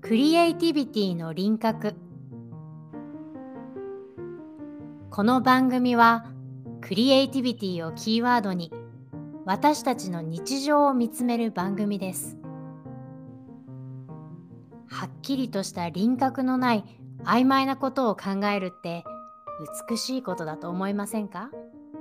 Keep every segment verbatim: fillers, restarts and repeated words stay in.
クリエイティビティの輪郭。この番組はクリエイティビティをキーワードに私たちの日常を見つめる番組です。はっきりとした輪郭のない曖昧なことを考えるって美しいことだと思いませんか？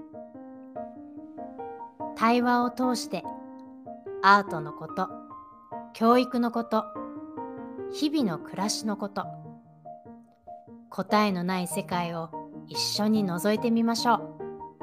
対話を通してアートのこと、教育のこと、日々の暮らしのこと、答えのない世界を一緒に覗いてみましょう。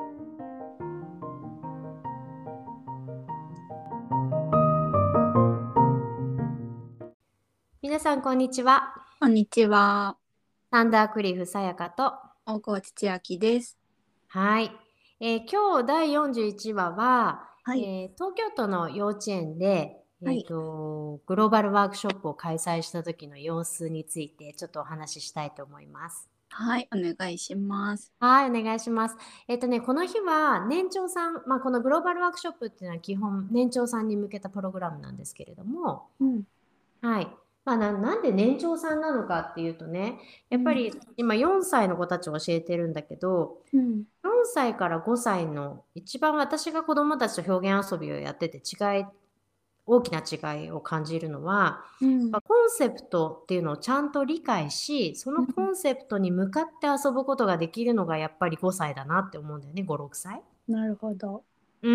皆さんこんにちは。 こんにちは。 サンダークリフさやかと大河内千秋です。 はい、えー今日だいよんじゅういちわは、 はい。 えー東京都の幼稚園で、えーはい。 とグローバルワークショップを開催した時の様子についてちょっとお話ししたいと思います。 はい。お願いします。 はい、お願いします。えっとね、この日は年長さん、まあ、このグローバルワークショップっていうのは基本年長さんに向けたプログラムなんですけれども、 うん。 はい。まあ、な、なんで年長さんなのかっていうとね、 うん。 やっぱり今よんさいの子たちを教えてるんだけど、 うん。 よんさいからごさいの一番私が子供たちと表現遊びをやってて違い、大きな違いを感じるのは、 うん。 やっぱコンセプトっていうのをちゃんと理解し、そのコンセプトに向かって遊ぶことができるのがやっぱりごさいだなって思うんだよね、ご、ろくさい。 なるほど。 うん。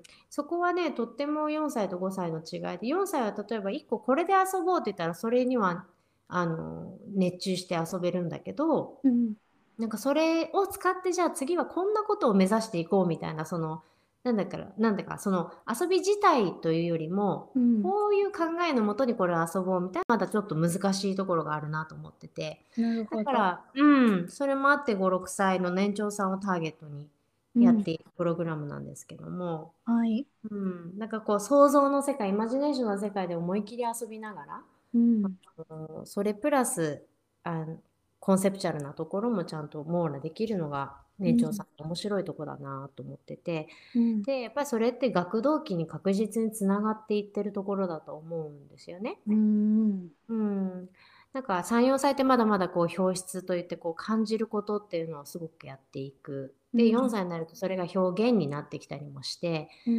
そこはね、とってもよんさいとごさいの違いで、よんさいは例えばいっここれで遊ぼうって言ったら、それには、あの、熱中して遊べるんだけど、 うん。 なんかそれを使ってじゃあ次はこんなことを目指していこうみたいな、その、なんだから、なんだか、その遊び自体というよりも、 うん。 こういう考えのもとにこれを遊ぼうみたいな、まだちょっと難しいところがあるなと思ってて。 なるほど。 だから、うん、それもあってご、ろくさいの年長さんをターゲットにうん。 やっていくプログラムなんですけども、 はい。 うん、なんかこう想像の世界、イマジネーションの世界で思い切り遊びながら、 うん。 あのそれプラスあのコンセプチュアルなところもちゃんと網羅できるのが年長うん。 さんの面白いところだなと思ってて、 うん。 で、やっぱりそれって学童期に確実につながっていってるところだと思うんですよね。 うん。 うん。なんかさん、よんさいってまだまだこう表出といってこう感じることっていうのをすごくやっていく。で、 うん。 よんさいになるとそれが表現になってきたりもして、 うん。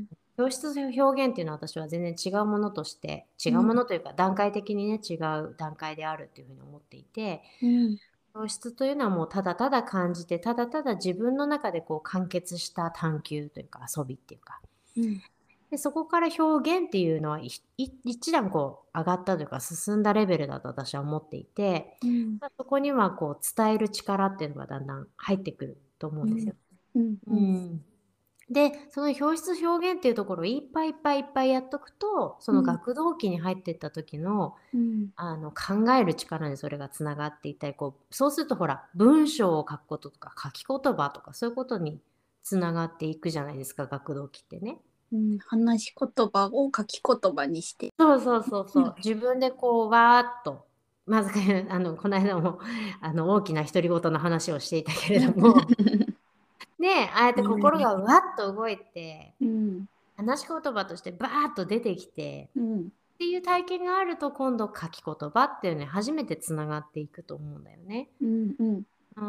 表出と表現っていうのは私は全然違うものとして、違うん。 うものというか段階的にね、違う段階であるっていうふうに思っていて、 うん。 表出というのはもうただただ感じて、ただただ自分の中でこう完結した探求というか遊びっていうか、 うん。 で、そこから表現っていうのはいい一段こう上がったというか進んだレベルだと私は思っていて、 うん。 まあ、そこにはこう伝える力っていうのがだんだん入ってくると思うんですよ。 うん。 うん。で、その表出表現っていうところをいっぱいいっぱいいっぱいやっとくと、そのうん。 学童期に入っていった時の、 うん。 あの、考える力にそれがつながっていったり、こう、そうするとほら、文章を書くこととか書き言葉とかそういうことにつながっていくじゃないですか、学童期ってね。 うん。話し言葉を書き言葉にして。 そうそうそううん。 そう。自分でこう、わーっと、まず、あの、この間も、あの、大きな独り言の話をしていたけれども、ね、ああやって心がわっと動いて、 うん。 話し言葉としてバーッと出てきてうん。 っていう体験があると、今度書き言葉っていうのに初めてつながっていくと思うんだよね。 うん。うん。 うん、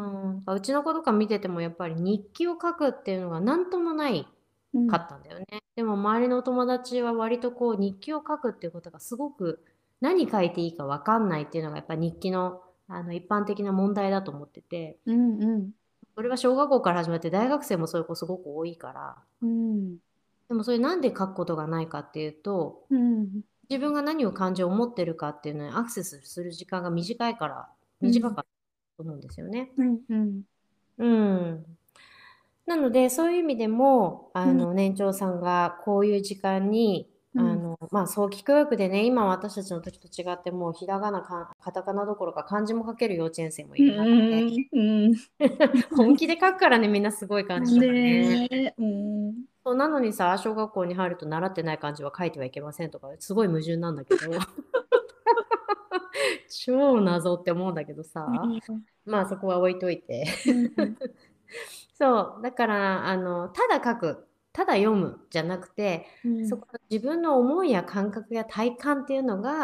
うちの子とか見ててもやっぱり日記を書くっていうのが何ともないうん。 かったんだよね。でも周りのお友達は割とこう日記を書くっていうことがすごく何書いていいか分かんないっていうのがやっぱ日記の、あの一般的な問題だと思ってて、 うん。うん。 それは小学校から始まって大学生もそういう子すごく多いから、 うん。 でもそれなんで書くことがないかっていうと、 うん。 自分が何を感情を持ってるかっていうのにアクセスする時間が短いから、 うん。 短かったと思うんですよね。 うん。うん。 うん。なので、そういう意味でも、 うん。 あの、年長さんがこういう時間に、 うん。 あの、まあ、早期教育でね、今私たちの時と違って、もうひらがなか、カタカナどころか漢字も書ける幼稚園生もういる中で、 ん。うん。 本気で書くからね、みんなすごい漢字とかね。 ねえ。うん。 そうなのにさ、小学校に入ると習ってない漢字は書いてはいけませんとか、すごい矛盾なんだけど、超謎って思うんだけどさ、まあそこは置いといて。 うん。 そう、だから、あの、ただ書く、ただ読むじゃなくて、 うん。 そこの自分の思いや感覚や体感っていうのが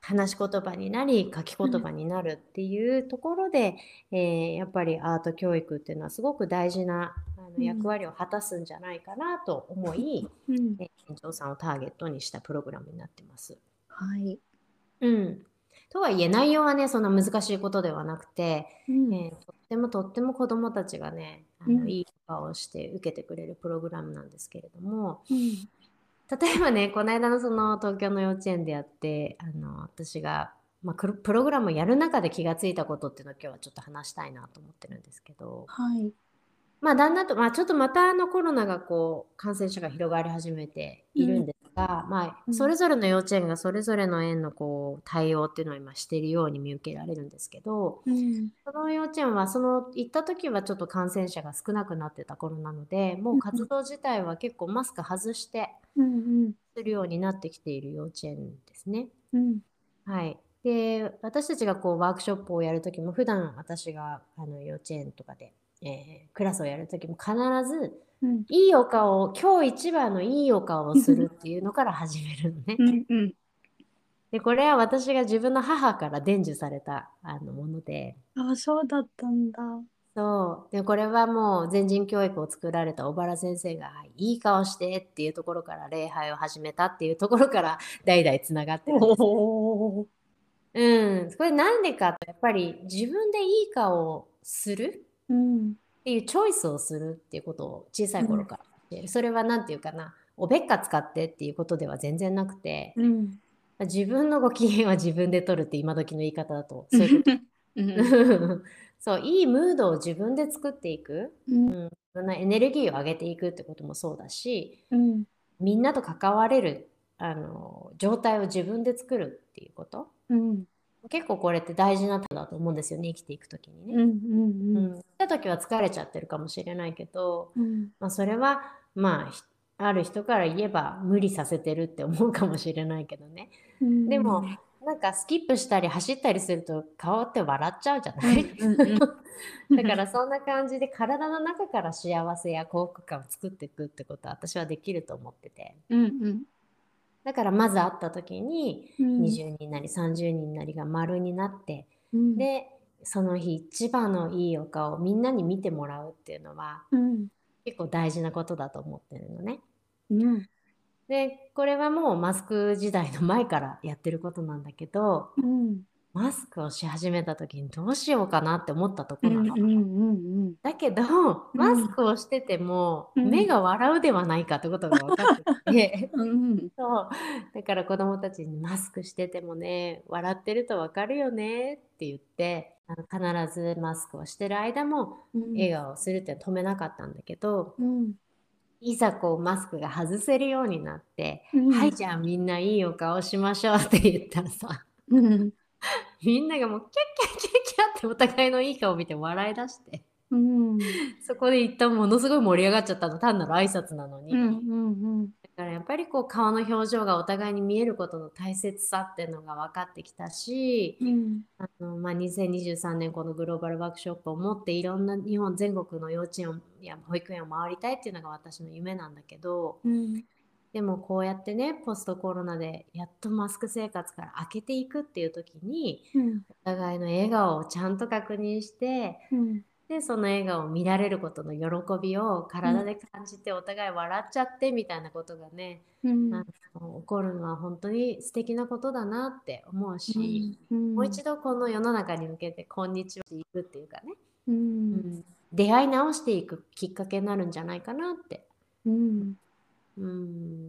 話し言葉になり書き言葉になるっていうところで、えーやっぱりアート教育っていうのはすごく大事なあのうん役割を果たすんじゃないかなと思い、 うん。 えー園長さんをターゲットにしたプログラムになってます。 はい。 うん、とはいえ内容はねそんな難しいことではなくて、 うんえーとってもとっても子どもたちがねあうんのいい顔をして受けてくれるプログラムなんですけれども、 うん例えばねこの間のその東京の幼稚園でやってあの私が、まあ、クロプログラムをやる中で気がついたことっていうのを今日はちょっと話したいなと思ってるんですけど、 はい。 まあだんだんと、まあ、ちょっとまたあのコロナがこう感染者が広がり始めているんですが、まあ、それぞれの幼稚園がそれぞれの園のこう対応っていうのを今しているように見受けられるんですけど、 うんその幼稚園はその行った時はちょっと感染者が少なくなってた頃なのでもう活動自体は結構マスク外してうんするようになってきている幼稚園ですね。 うんはい。で、私たちがこうワークショップをやるときも、普段私があの幼稚園とかで、えークラスをやるときも必ず、 うんいいお顔を、今日一番のいいお顔をするっていうのから始めるのね。 うんうんで、これは私が自分の母から伝授されたあのもので、 あ、そうだったんだ。 そう。で、これはもう全人教育を作られた小原先生が、いい顔してっていうところから礼拝を始めたっていうところから代々つながってるんですね。 おー。 うん、これなんでかってやっぱり自分でいい顔をするうんっていうチョイスをするっていうことを小さい頃うんから教える。それは何て言うかな、おべっか使ってっていうことでは全然なくて、 うん自分のご機嫌は自分で取るって今時の言い方だとうそういうこと。 んそう、いいムードを自分で作っていく、 うんうん、そんなエネルギーを上げていくってこともそうだし、 うんみんなと関われるあの状態を自分で作るっていうこと。 うん結構これって大事なことだと思うんですよね、生きていくときにね。 うんうんうんうん、来た時は疲れちゃってるかもしれないけど、 うんまあ、それはまあひある人から言えば無理させてるって思うかもしれないけどね。でもなんかスキップしたり走ったりすると顔って笑っちゃうじゃない、だからそんな感じで体の中から幸せや幸福感を作っていくってことは私はできると思ってて。 うんうんだからまず会った時にうんにじゅうにんなりさんじゅうにんなりが丸になって、 うんでその日一番のいいお顔をみんなに見てもらうっていうのはうん結構大事なことだと思ってるのね。 うんでこれはもうマスク時代の前からやってることなんだけど、 うんマスクをし始めた時にどうしようかなって思ったとこなの。 うんうんうんだけどうんマスクをしててもうん目が笑うではないかってことが分かってきてうんそうだから子どもたちにマスクしててもね笑ってると分かるよねって言ってあの必ずマスクをしてる間も笑顔をするって止めなかったんだけど、 うんいざこうマスクが外せるようになって「 うんはいじゃあみんないいお顔しましょう」って言ったらさうんみんながもうキャッキャッキャッキャッってお互いのいい顔を見て笑い出してうんそこで一旦ものすごい盛り上がっちゃったの単なる挨拶なのに。 うんうんだからやっぱりこう顔の表情がお互いに見えることの大切さっていうのが分かってきたし、 うんあのまあ、にせんにじゅうさんねんこのグローバルワークショップを持っていろんな日本全国の幼稚園や保育園を回りたいっていうのが私の夢なんだけど、 うんでもこうやってねポストコロナでやっとマスク生活から明けていくっていう時にうんお互いの笑顔をちゃんと確認してうんでその笑顔を見られることの喜びを体で感じてお互い笑っちゃってみたいなことがね、 うんあの起こるのは本当に素敵なことだなって思うし、 うんもう一度この世の中に向けてこんにちはしていくっていうかね、 ううんん、出会い直していくきっかけになるんじゃないかなって。 うんうん、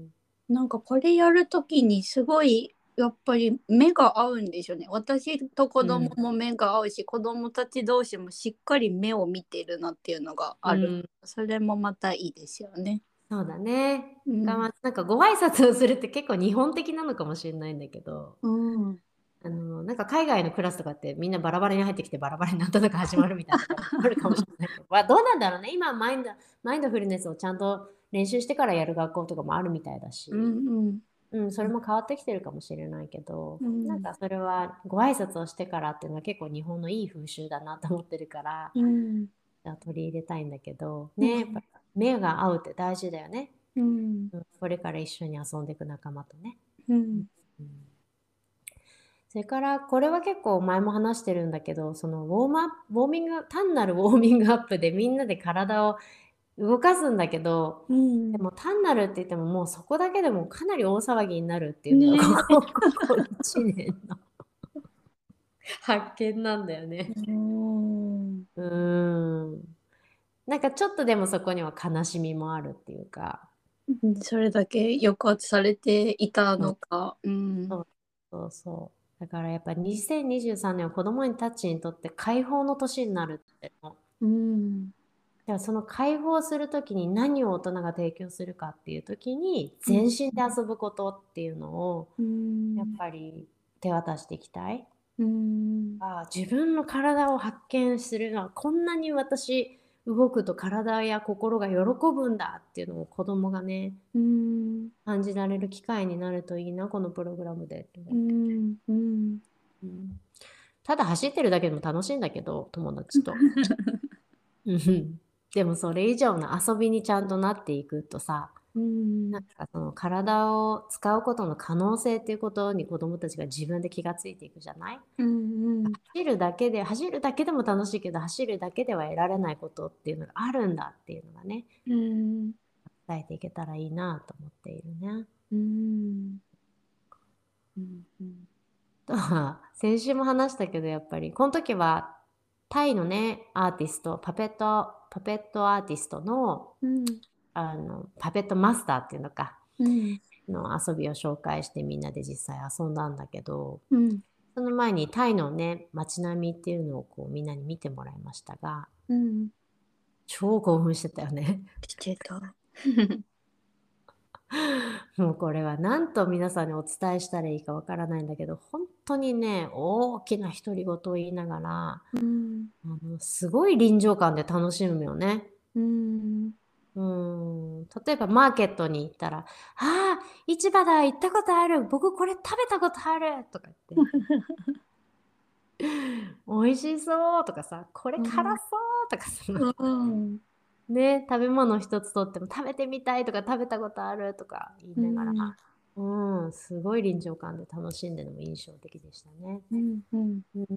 なんかこれやるときにすごいやっぱり目が合うんでしょうね。私と子供も目が合うし、子供たち同士もしっかり目を見てるなっていうのがある。 うん、 それもまたいいですよね。 そうだね、 うんがまあなんかご挨拶をするって結構日本的なのかもしれないんだけど、 うんあのなんか海外のクラスとかってみんなバラバラに入ってきてバラバラになんとなく始まるみたいなところあるかもしれないけど、まあ、どうなんだろうね今マインドマインドフルネスをちゃんと練習してからやる学校とかもあるみたいだし、 うんうん、それも変わってきてるかもしれないけど、 うんなんかそれはご挨拶をしてからっていうのは結構日本のいい風習だなと思ってるからうんじゃあ取り入れたいんだけどうんね、やっぱ目が合うって大事だよね、 うんうん、これから一緒に遊んでいく仲間とね、 うんうんそれからこれは結構前も話してるんだけど、そのウォームアップ、ウォーミング、単なるウォーミングアップでみんなで体を動かすんだけど、 うでん。 も単なるって言ってももうそこだけでもかなり大騒ぎになるっていうのがねここ、ここいちねんの発見なんだよね。 え。うん。 うーん。なんかちょっとでもそこには悲しみもあるっていうか、 それだけ抑圧されていたそうのか。うん。 そうそうそう。だからやっぱにせんにじゅうさんねんは子供たちにとって解放の年になるっての。 うん。 だからその解放するときに何を大人が提供するかっていうときにうん。 全身で遊ぶことっていうのをうやっん。 ぱり手渡していきたい。 うん。 あ、自分の体を発見するのはこんなに私動くと体や心が喜ぶんだっていうのを子供がね、 うん。 感じられる機会になるといいな、このプログラムでって思うってて。 ん。うん。 うん、ただ走ってるだけでも楽しいんだけど、友達と。うん。でもそれ以上の遊びにちゃんとなっていくとさ、 うん。 なんかその体を使うことの可能性っていうことに子供たちが自分で気がついていくじゃない？ うん。 走るだけで、走るだけでも楽しいけど、走るだけでは得られないことっていうのがあるんだっていうのがね、 うん。 伝えていけたらいいなと思っているね。 うん。うん。 とは、先週も話したけど、やっぱり、この時は、タイのね、アーティスト、パペット、パペットアーティストの、 うん。 あの、パペットマスターっていうのか、 うん。 の遊びを紹介してみんなで実際遊んだんだけど、 うん。 その前にタイのね、街並みっていうのをこうみんなに見てもらいましたが、 うん。 超興奮してたよね。 してた。 もうこれは何と皆さんにお伝えしたらいいかわからないんだけど、本当にね、大きな独り言を言いながら、 うん。 あのすごい臨場感で楽しむよね。 うん。 うん、例えばマーケットに行ったら、ああ、市場だ、行ったことある、僕これ食べたことあるとか言って、美味しそうとかさ、これ辛そうとかさ、 うん。 ね、食べ物一つとっても食べてみたいとか食べたことあるとか言いうながら、 ん。 うん、すごい臨場感で楽しんでるのも印象的でしたね。 うん。うん。 うん。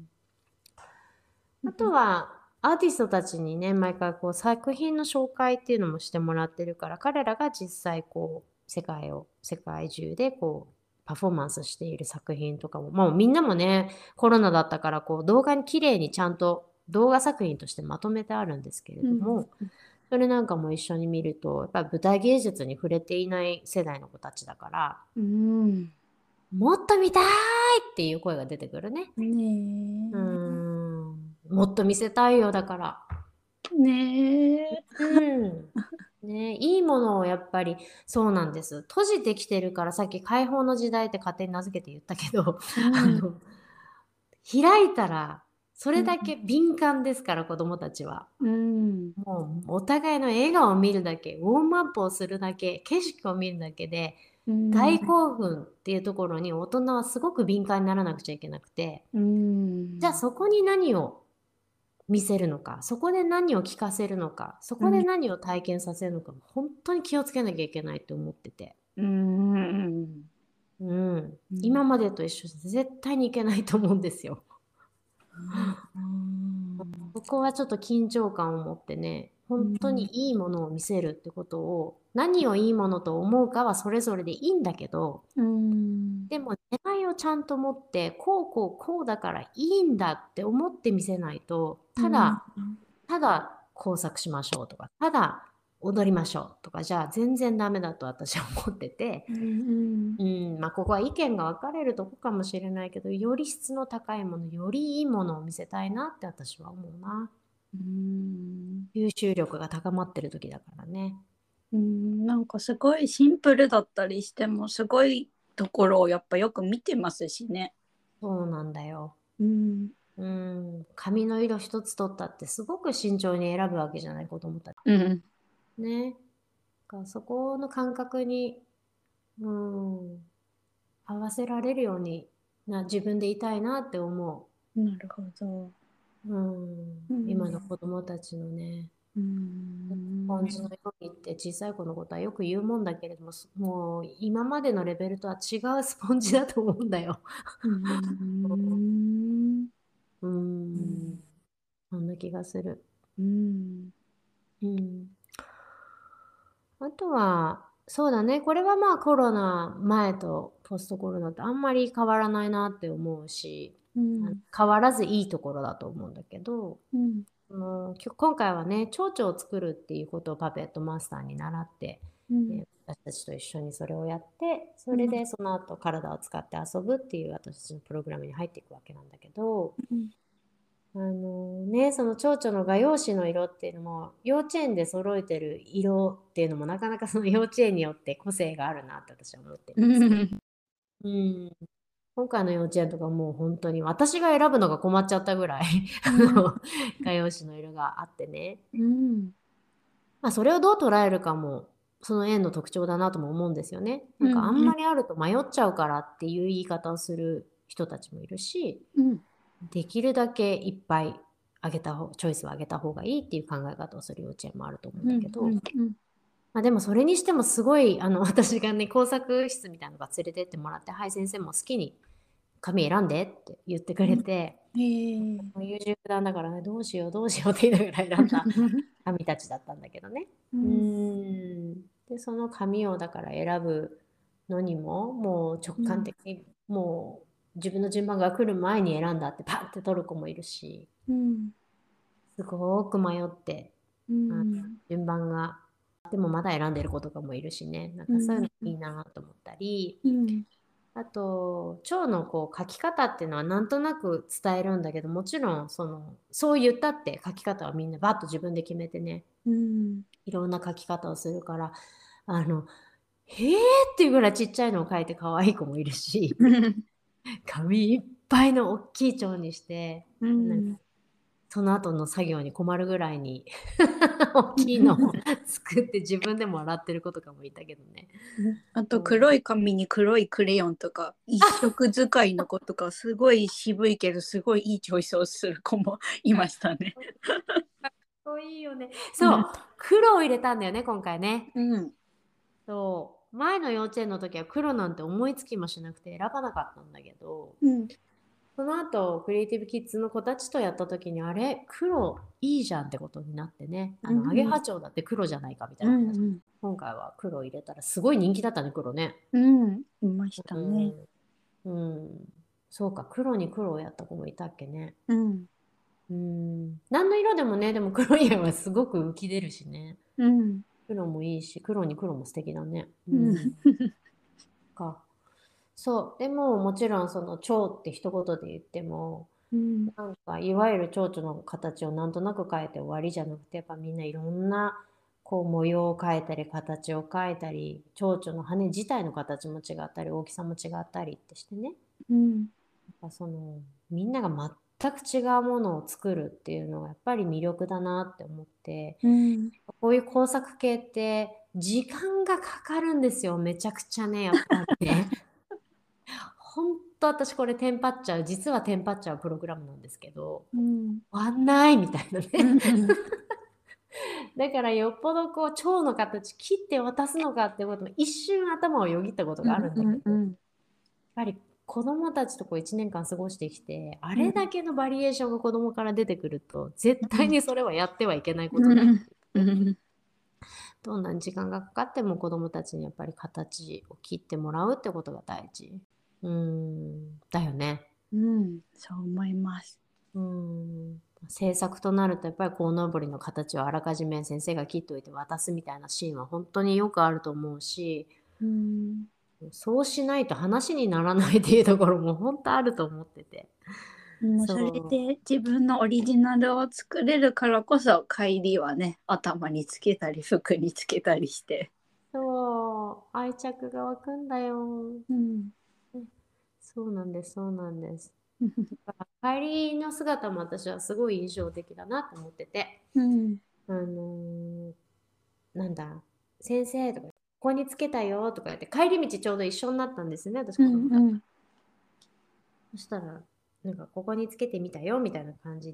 あとは、アーティストたちにね、毎回こう作品の紹介っていうのもしてもらってるから、彼らが実際こう、世界を、世界中でこう、パフォーマンスしている作品とかも、もうみんなもね、コロナだったからこう、動画に綺麗にちゃんと動画作品としてまとめてあるんですけれうん。 ども、それなんかも一緒に見ると、やっぱり舞台芸術に触れていない世代の子たちだから、 うん。 もっと見たいっていう声が出てくるね。うーねん。もっと見せたいよ、だから。 え。ねえ。 うん。ね、いいものをやっぱり、そうなんです。閉じてきてるから、さっき解放の時代って勝手に名付けて言ったけど、 うあん。 の、開いたら、それうん。 だけ敏感ですから、子供たちは。 うん。 もう、お互いの笑顔を見るだけ、ウォームアップをするだけ、景色を見るだけで、 うん。 大興奮っていうところに大人はすごく敏感にならなくちゃいけなくて、 うん。 じゃあそこに何を見せるのか、そこで何を聞かせるのか、そこで何を体験させるのか、本当に気をつけなきゃいけないと思ってて。 うん。 うん。 うん。 今までと一緒で絶対にいけないと思うんですよ。ここはちょっと緊張感を持ってね、本当にいいものを見せるってことを、何をいいものと思うかはそれぞれでいいんだけど、 うん。 でも狙いをちゃんと持って、こうこうこうだからいいんだって思って見せないと、 うん。 ただ、ただ工作しましょうとか、ただ踊りましょうとか、じゃあ全然ダメだと私は思ってて、 うん。 うん、まあここは意見が分かれるとこかもしれないけど、より質の高いもの、よりいいものを見せたいなって私は思うな。 うん。 吸収力が高まってる時だからね。 うん。なんかすごいシンプルだったりしてもすごいところをやっぱよく見てますしね。 そうなんだよ。 うん。 うん、髪の色一つ取ったってすごく慎重に選ぶわけじゃない、子供たち。 うん。 ね。だからそこの感覚に、うん、合わせられるようにな自分でいたいなって思なるほど。 う。うん、 うん。 今の子供たちのね。 うースポンジのん。 ようにって小さい子のことはよく言うもんだけれども、そもう今までのレベルとは違うスポンジだと思うんだよ。 うーん。 うーん、 うん。 そんな気がする。 うん。 うん。あとは、そうだね、これはまあコロナ前とポストコロナってあんまり変わらないなって思うし、あのうん。 変わらずいいところだと思うんだけど、 うん。 そのきょ今回はね、蝶々を作るっていうことをパペットマスターに習って、 うん。 えー私たちと一緒にそれをやって、そうん。 れでその後体を使って遊ぶっていう私たちのプログラムに入っていくわけなんだけど、 うん。 あのね、その蝶々の画用紙の色っていうのも幼稚園で揃えてる色っていうのもなかなかその幼稚園によって個性があるなって私は思ってるうんですけど、 ん。 うん、今回の幼稚園とかもう本当に私が選ぶのが困っちゃったぐらいあの画用紙の色があってね、 うん。 まあ、それをどう捉えるかもその園の特徴だなとも思うんですよね。なんかあんうん。 まりあると迷っちゃうからっていう言い方をする人たちもいるし、 うん。 できるだけいっぱいあげた方、チョイスをあげた方がいいっていう考え方をする幼稚園もあると思うんうん。 だけど、 うん。 まあ、でもそれにしてもすごい、あの、私がね、工作室みたいなのが連れてってもらって、はい、先生も好きに紙選んでって言ってくれて、 へえ。 優柔不断だからね、どうしようどうしようって言いながら選んだ紙たちだったんだけどね。ううん。 ーん。で、その紙をだから選ぶのにも、もう直うん。 感的に、もう自分の順番が来る前に選んだってパッて取る子もいるし、 うん。 すごく迷って、 うあのん。 順番が、でもまだ選んでる子とかもいるしね、なんうん。 かそういうのいいなと思ったり、 うん。 あと、蝶のこう書き方っていうのはなんとなく伝えるんだけど、もちろんその、そう言ったって書き方はみんなバッと自分で決めてね、 うん。 いろんな書き方をするから、あの、へーっていうぐらいちっちゃいのを書いて可愛い子もいるし、紙いっぱいの大きい蝶にして、 うなんかん。 その後の作業に困るぐらいに大きいのを作って自分でも洗ってる子とかもいたけどね。 あとそう黒い紙に黒いクレヨンとか一色使いの子とかすごい渋いけどすごいいいチョイスをする子もいましたね。 そういいよね。 うん。 そう、黒を入れたんだよね、今回ね。 うん。 そう、前の幼稚園の時は黒なんて思いつきもしなくて選ばなかったんだけど、 うん。 その後、クリエイティブキッズの子たちとやった時に、あれ、黒いいじゃんってことになってね、あの、アゲうん。 ハチョウだって黒じゃないかみたいうな話。 ん。 今回は黒を入れたらすごい人気だったね、黒ね。 うん。いましたね。 うん、うん。そうか、黒に黒をやった子もいたっけね。 うん。 うん。何の色でもね、でも黒い絵はすごく浮き出るしね。 うん。 黒もいいし、黒に黒も素敵だね。ううん。 ん。か。そう。でも、もちろん、その、蝶って一言で言っても、 うん。 なんか、いわゆる蝶々の形をなんとなく変えて終わりじゃなくて、やっぱみんないろんな、こう、模様を変えたり、形を変えたり、蝶々の羽自体の形も違ったり、大きさも違ったりってしてね。 うん。 やっぱその、みんなが全く違うものを作るっていうのがやっぱり魅力だなって思って、 うん。 こういう工作系って時間がかかるんですよ。めちゃくちゃね、やっぱりね。ほんと私これテンパっちゃう、実はテンパっちゃうプログラムなんですけど、 うん。 終わんないみたいなね。 うん。 だからよっぽどこう蝶の形切って渡すのかってことも一瞬頭をよぎったことがあるんだけど、やっうん。 ぱり子供たちとこういちねんかん過ごしてきて、あうん。 れだけのバリエーションが子供から出てくると、絶うん。 対にそれはやってはいけないことだ。 うん。うん。 どんなに時間がかかっても子供たちにやっぱり形を切ってもらうってことが大事。うーん、だよね。 うん。そう思います。 うーん。制作となるとやっぱりこうのぼりの形をあらかじめ先生が切っておいて渡すみたいなシーンは本当によくあると思うし、 うん。 そうしないと話にならないっていうところも本当あると思ってて。 もうそれそう。 で自分のオリジナルを作れるからこそ帰りはね頭につけたり服につけたりして。 そう。愛着が湧くんだよ。 うん。 そうなんです、そうなんです。だから帰りの姿も私はすごい印象的だなと思ってて。 うん。 あのーなんだ、先生とか、ここにつけたよとか言って、帰り道ちょうど一緒になったんですね、私う子供たち。 ん。 そしたら、なんかここにつけてみたよみたいな感じで、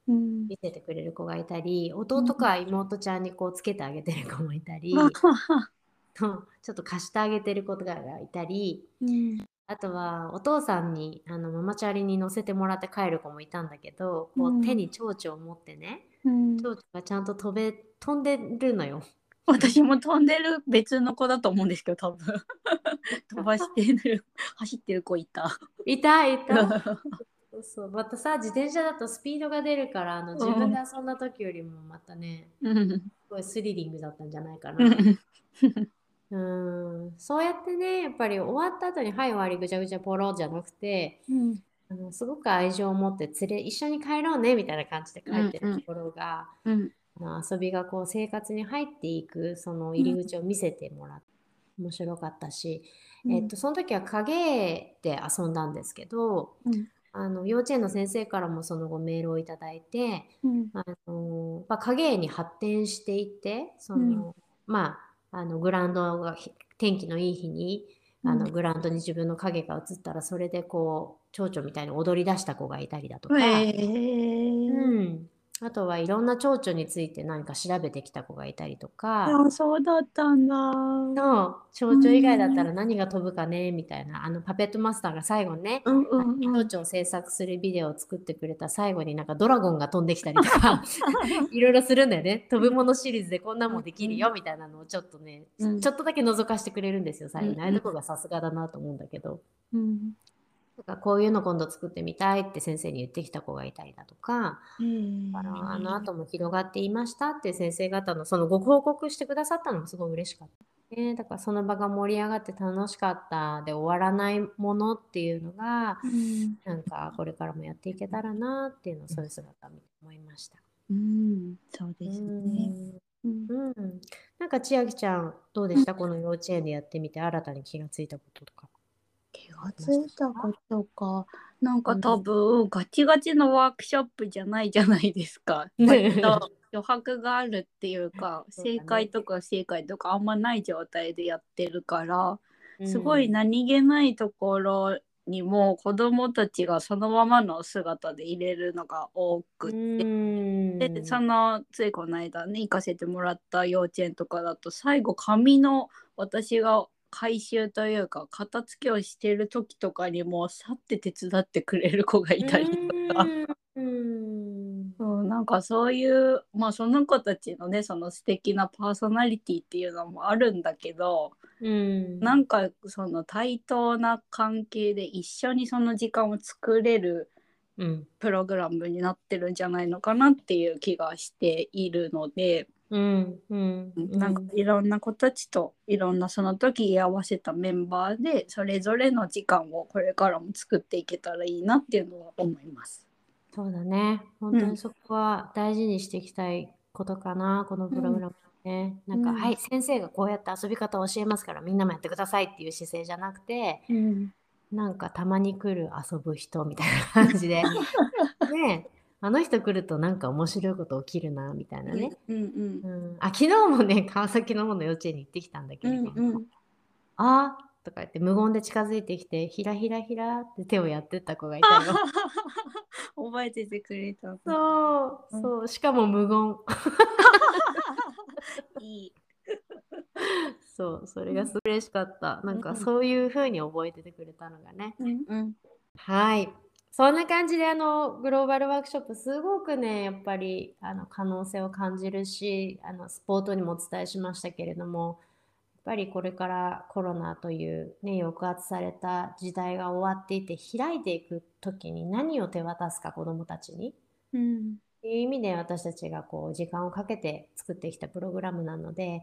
うん見せてくれる子がいたり、弟か妹ちゃんにこうつけてあげてる子もいたり、 はははとちょっと貸してあげてる子がいたり、 うんあとはお父さんにあのママチャリに乗せてもらって帰る子もいたんだけど、こううん手に蝶々を持ってね、 うん蝶々がちゃんと飛べ飛んでるのよ。 私も飛んでる別の子だと思うんですけど、多分飛ばしてる走ってる子いた。 いたいた。そうそう、またさ、自転車だとスピードが出るから、あの自分で遊んだ時よりもまたね、 うんすごいスリリングだったんじゃないかうな。 んうん、そうやってね、やっぱり終わった後に、はい、終わり、ぐちゃぐちゃポロじゃなくて、 うんあのすごく愛情を持って連れ、一緒に帰ろうねみたいな感じで帰ってるところが、 うんあの遊びがこう生活に入っていくその入り口を見せてもらって面白かったし、 うんえっと、その時は影で遊んだんですけど、 うんあの幼稚園の先生からもその後メールをいただいて、 うんあのまあ、影絵に発展していってその、 うんまあ、あのグラウンドがひ天気のいい日にあのうんグラウンドに自分の影が映ったらそれでこう蝶々みたいに踊り出した子がいたりだとか、 へえ。 うん、あとはいろんな蝶々について何か調べてきた子がいたりとか、 あ、そうだったんだ。 そう蝶う 々以外だったんら何が飛ぶかねみたいな、あのパペットマスターが最後ね、 うんうんうん。 蝶々を制作するビデオを作ってくれた最後になんかドラゴンが飛んできたりとかいろいろするんだよね。飛ぶものシリーズでこんなもんできるよみたいなのをちょっとね、 うんちょっとだけ覗かしてくれるんですよ、最後に。 うんああいうとこがさすがだなと思うんだけど。 うんなんかこういうの今度作ってみたいって先生に言ってきた子がいたりだとか、 へだからあのえ。 後も広がっていましたって先生方のそのご報告してくださったのもすごい嬉しかった。ね、だからその場が盛り上がって楽しかったで終わらないものっていうのが、 うんなんかこれからもやっていけたらなっていうのをそういう姿を見て思いました。 うんそううですね。 ん、 うんうん、なんか千秋ちゃんどうでした、この幼稚園でやってみて新たに気がついたこととか。 気がついたことか。なんかうん多分ガチガチのワークショップじゃないじゃないですか。 ね割と余白があるっていうか、 そうだね正解とか不正解とかあんまない状態でやってるから、 うんすごい何気ないところにも子供たちがそのままの姿で入れるのが多くうて、 んでそのついこの間ね行かせてもらった幼稚園とかだと最後紙の私が回収というか片付けをしてる時とかにも去って手伝ってくれる子がいたりとか、 うんそうなんかそういうまあその子たちのねその素敵なパーソナリティっていうのもあるんだけど、 うんなんかその対等な関係で一緒にその時間を作れるうんプログラムになってるんじゃないのかなっていう気がしているので、 うんうんなんかいろんな子たちといろんなその時居合わせたメンバーでそれぞれの時間をこれからも作っていけたらいいなっていうのは思います。 そうだね。本当にそこは大事にしていきたいことかな、このプログラムね。なんか、 うんはい、先生がこうやって遊び方を教えますから、みんなもやってくださいっていう姿勢じゃなくて、 うんなんかたまに来る遊ぶ人みたいな感じで、ね、あの人来るとなんか面白いこと起きるな、みたいなね。 うんううんん、あ、昨日もね、川崎の方の幼稚園に行ってきたんだけうれども、 んうんあーとか言って無言で近づいてきて、ひらひらひらって手をやってった子がいたよ。 覚えててくれた。 そう、そう、しかも無言。 いい。 そう、それがすごい嬉しかった。なんかうんそういう風に覚えててくれたのがね。 うんうんはい。そんな感じであのグローバルワークショップすごくね、やっぱりあの可能性を感じるし、あのスポートにもお伝えしましたけれども、やっぱりこれからコロナというね、抑圧された時代が終わっていて開いていく時に何を手渡すか子どもたちに。 うんっていう意味で私たちがこう時間をかけて作ってきたプログラムなので、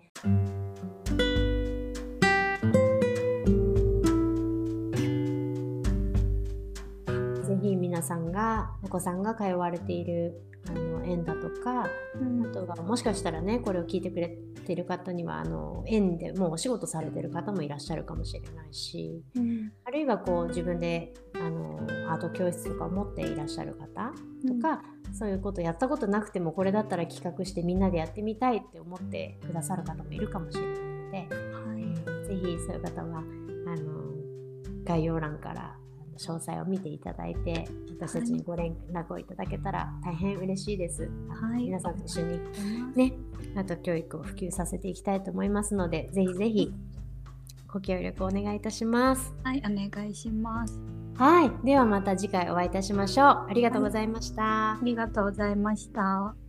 ぜひ皆さんがお子さんが通われているあの園だとか、 うんあとはもしかしたらねこれを聞いてくれている方にはあの園でもうお仕事されてる方もいらっしゃるかもしれないし、 うんあるいはこう自分であのアート教室とかを持っていらっしゃる方とか、そういうことやったことなくてもこれだったら企画してみんなでやってみたいって思ってくださる方もいるかもしれないので、 はいえーぜひそういう方はあの概要欄からあ詳細を見ていただいて、私たちにご連絡をいただけたら大変嬉しいです。 はい、 皆さんと一緒にね、あと教育を普及させていきたいと思いますので、ぜひぜひご協力お願いいたします。 はい、お願いします。 はい、ではまた次回お会いいたしましょう。ありがとうございました。 ありがとうございました。